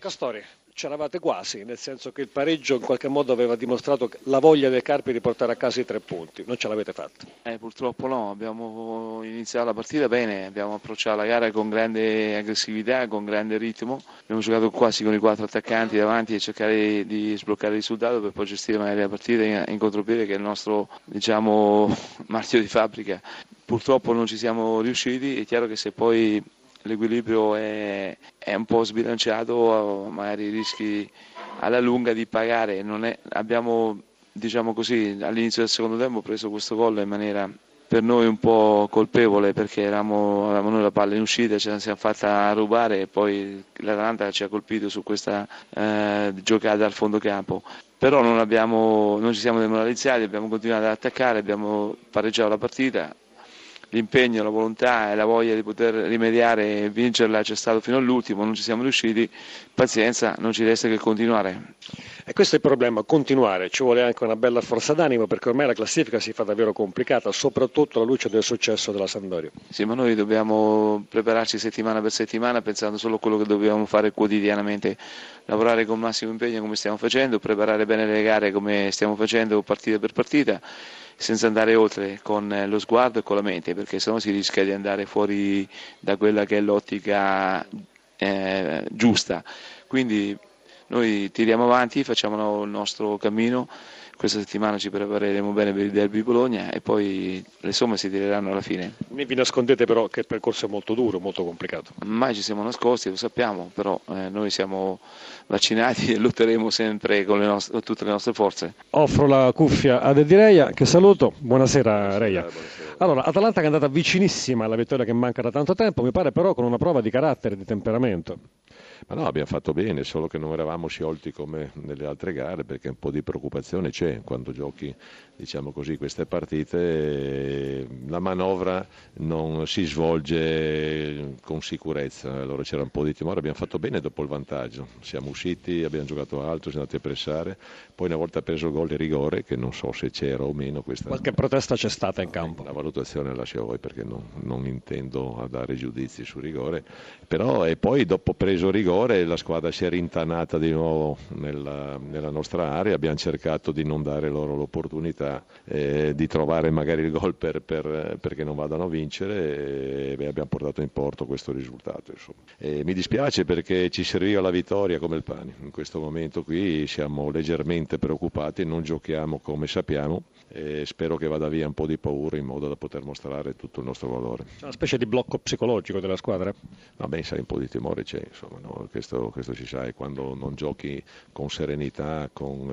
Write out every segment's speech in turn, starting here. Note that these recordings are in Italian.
Castori, c'eravate quasi, nel senso che il pareggio in qualche modo aveva dimostrato la voglia dei Carpi di portare a casa i 3 punti, non ce l'avete fatta. Purtroppo no, abbiamo iniziato la partita bene, abbiamo approcciato la gara con grande aggressività, con grande ritmo, abbiamo giocato quasi con i 4 attaccanti davanti e cercare di sbloccare il risultato per poi gestire magari la partita in contropiede, che è il nostro, diciamo, marchio di fabbrica. Purtroppo non ci siamo riusciti, è chiaro che se poi l'equilibrio è un po' sbilanciato, magari rischi alla lunga di pagare. Abbiamo, diciamo così, all'inizio del secondo tempo preso questo gol in maniera per noi un po' colpevole, perché avevamo noi la palla in uscita, ce la siamo fatta rubare e poi l'Atalanta ci ha colpito su questa giocata al fondo campo. Però non ci siamo demoralizzati, abbiamo continuato ad attaccare, abbiamo pareggiato la partita. L'impegno, la volontà e la voglia di poter rimediare e vincerla c'è stato fino all'ultimo, non ci siamo riusciti, pazienza, non ci resta che continuare. E questo è il problema, continuare, ci vuole anche una bella forza d'animo perché ormai la classifica si fa davvero complicata, soprattutto alla luce del successo della Sampdoria. Sì, ma noi dobbiamo prepararci settimana per settimana pensando solo a quello che dobbiamo fare quotidianamente, lavorare con massimo impegno come stiamo facendo, preparare bene le gare come stiamo facendo partita per partita, senza andare oltre con lo sguardo e con la mente, perché sennò si rischia di andare fuori da quella che è l'ottica giusta. Quindi noi tiriamo avanti, facciamo il nostro cammino, questa settimana ci prepareremo bene per il derby Bologna e poi le somme si tireranno alla fine. Vi nascondete però che il percorso è molto duro, molto complicato. Mai ci siamo nascosti, lo sappiamo, però noi siamo vaccinati e lotteremo sempre con tutte le nostre forze. Offro la cuffia ad Eddie Reia, che saluto. Buonasera Reia. Allora, Atalanta che è andata vicinissima alla vittoria che manca da tanto tempo, mi pare però con una prova di carattere, di temperamento. Ma no, abbiamo fatto bene, solo che non eravamo sciolti come nelle altre gare, perché un po' di preoccupazione c'è quando giochi, diciamo così, queste partite. La manovra non si svolge con sicurezza, allora c'era un po' di timore, abbiamo fatto bene dopo il vantaggio, siamo usciti, abbiamo giocato alto, siamo andati a pressare, poi una volta preso il gol di rigore, che non so se c'era o meno questa... Qualche protesta c'è stata in campo. La valutazione lascio a voi perché non intendo dare giudizi su rigore, però e poi dopo preso rigore la squadra si è rintanata di nuovo nella nostra area, abbiamo cercato di non dare loro l'opportunità di trovare magari il gol perché non vadano a vincere e abbiamo portato in porto questo risultato. Mi dispiace perché ci serviva la vittoria come il pane, in questo momento qui siamo leggermente preoccupati, non giochiamo come sappiamo e spero che vada via un po' di paura in modo da poter mostrare tutto il nostro valore. C'è una specie di blocco psicologico della squadra? Vabbè, sai, un po' di timore c'è, insomma, no? Questo si sa, e quando non giochi con serenità,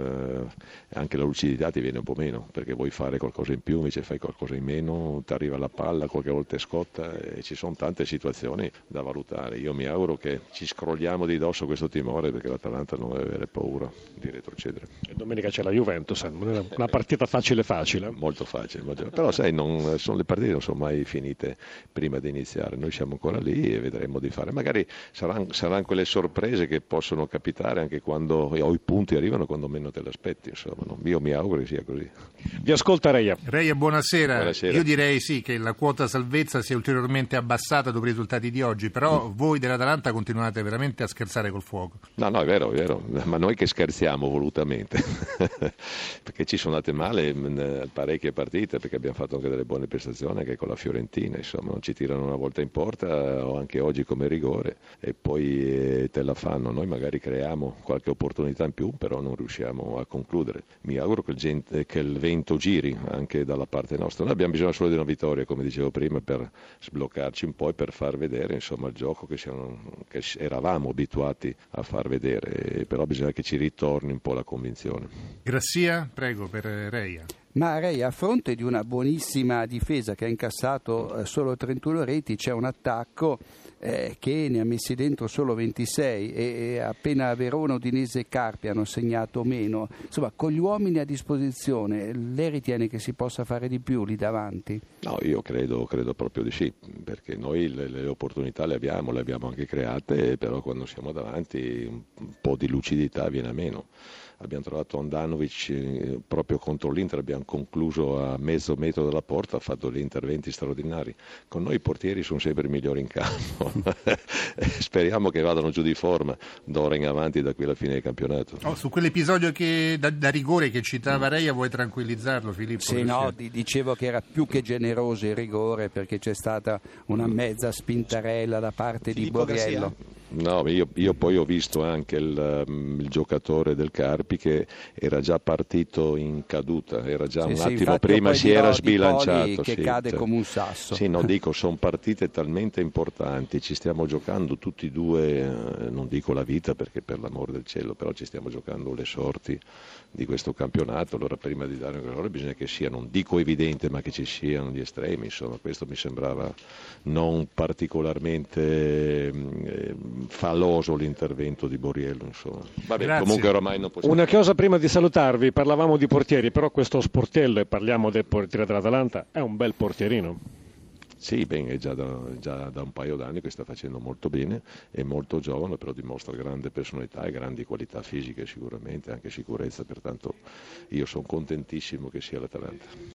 anche la lucidità ti viene un po' meno, perché vuoi fare qualcosa in più, invece fai qualcosa in meno, ti arriva la palla, qualche volta scotta e ci sono tante situazioni da valutare. Io mi auguro che ci scrolliamo di dosso questo timore perché l'Atalanta non deve avere paura di retrocedere. E domenica c'è la Juventus, una partita facile. Molto facile, però sai, le partite non sono mai finite prima di iniziare, noi siamo ancora lì e vedremo di fare, magari saranno quelle sorprese che possono capitare anche quando i punti arrivano quando meno te l'aspetti, insomma, no? Io mi auguro che sia così. Vi ascolta Reia. Reia, buonasera. Buonasera. Io direi sì che la quota salvezza sia ulteriormente abbassata dopo i risultati di oggi, però voi dell'Atalanta continuate veramente a scherzare col fuoco. No, è vero, ma noi che scherziamo volutamente perché ci sono andate male parecchie partite, perché abbiamo fatto anche delle buone prestazioni anche con la Fiorentina, insomma, non ci tirano una volta in porta o anche oggi come rigore e poi te la fanno. Noi magari creiamo qualche opportunità in più, però non riusciamo a concludere. Mi auguro che il vento giri anche dalla parte nostra. Noi abbiamo bisogno solo di una vittoria, come dicevo prima, per sbloccarci un po' e per far vedere, insomma, il gioco che eravamo abituati a far vedere, però bisogna che ci ritorni un po' la convinzione. Grassia, prego, per Reia. Ma Reia, a fronte di una buonissima difesa che ha incassato solo 31 reti, c'è un attacco che ne ha messi dentro solo 26 e appena Verona, Udinese e Carpi hanno segnato meno. Insomma, con gli uomini a disposizione, lei ritiene che si possa fare di più lì davanti? No, io credo proprio di sì, perché noi le opportunità le abbiamo anche create, però quando siamo davanti un po' di lucidità viene a meno. Abbiamo trovato Andanovic proprio contro l'Inter, abbiamo concluso a mezzo metro dalla porta, ha fatto degli interventi straordinari. Con noi i portieri sono sempre i migliori in campo. Speriamo che vadano giù di forma d'ora in avanti, da qui alla fine del campionato. Su quell'episodio da rigore che citava Reia, vuoi tranquillizzarlo, Filippo? Sì, no, dicevo che era più che generoso il rigore, perché c'è stata una mezza spintarella da parte di Borriello. No, io poi ho visto anche il giocatore del Carpi che era già partito in caduta, era già un attimo prima si era sbilanciato. Che cade come un sasso. Sì, no, dico, sono partite talmente importanti, ci stiamo giocando tutti e due, non dico la vita perché per l'amor del cielo, però ci stiamo giocando le sorti di questo campionato. Allora prima di dare un errore bisogna che sia, non dico evidente, ma che ci siano gli estremi, insomma questo mi sembrava non particolarmente falloso l'intervento di Borriello, insomma. Vabbè, comunque ormai non possiamo. Una cosa prima di salutarvi, parlavamo di portieri, però questo Sportello, e parliamo del portiere dell'Atalanta, è un bel portierino. Sì, è già da un paio d'anni che sta facendo molto bene, è molto giovane, però dimostra grande personalità e grandi qualità fisiche sicuramente, anche sicurezza, pertanto io sono contentissimo che sia l'Atalanta.